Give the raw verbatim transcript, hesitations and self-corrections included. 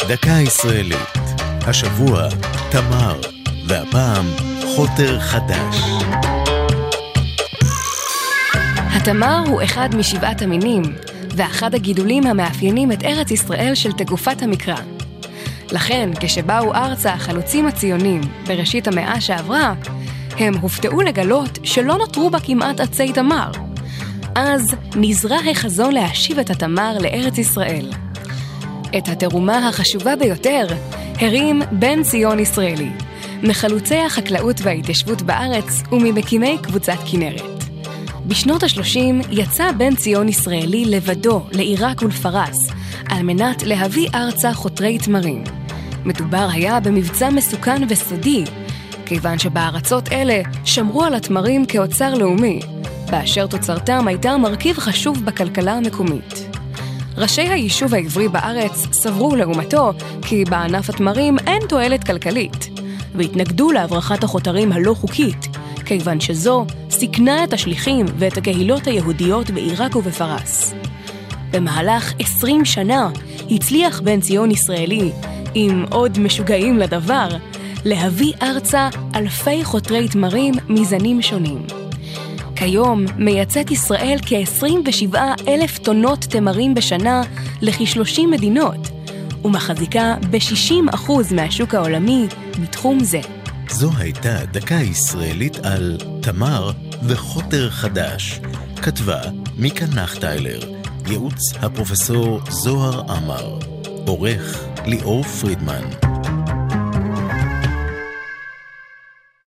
דקה ישראלית. השבוע תמר, והפעם חוטר חדש. התמר הוא אחד משבעת המינים, ואחד הגידולים המאפיינים את ארץ ישראל של תקופת המקרא. לכן, כשבאו ארצה החלוצים הציונים בראשית המאה שעברה, הם הופתעו לגלות שלא נותרו בה כמעט עצי תמר. אז נזרע החזון להשיב את התמר לארץ ישראל. את התרומה החשובה ביותר הרים בן ציון ישראלי, מחלוצי החקלאות וההתיישבות בארץ וממקימי קבוצת כנרת. בשנות ה-שלושים יצא בן ציון ישראלי לבדו לעיראק ולפרס, על מנת להביא ארצה חוטרי תמרים. מדובר היה במבצע מסוכן וסודי, כיוון שבארצות אלה שמרו על התמרים כאוצר לאומי, באשר תוצרתם הייתה מרכיב חשוב בכלכלה המקומית. ראשי היישוב העברי בארץ סברו לעומתו כי בענף התמרים אין תועלת כלכלית, והתנגדו להברחת החוטרים הלא חוקית, כיוון שזו סיכנה את השליחים ואת הקהילות היהודיות בעיראק ובפרס. במהלך עשרים שנה הצליח בן ציון ישראלי, עם עוד משוגעים לדבר, להביא ארצה אלפי חוטרי תמרים מזנים שונים. כיום מייצאת ישראל כ-עשרים ושבעה אלף טונות תמרים בשנה לכ-שלושים מדינות, ומחזיקה ב-שישים אחוז מהשוק העולמי בתחום זה. זו הייתה דקה ישראלית על תמר וחוטר חדש. כתבה מיקה נחטיילר, ייעוץ הפרופסור זוהר אמר, עורך ליאור פרידמן.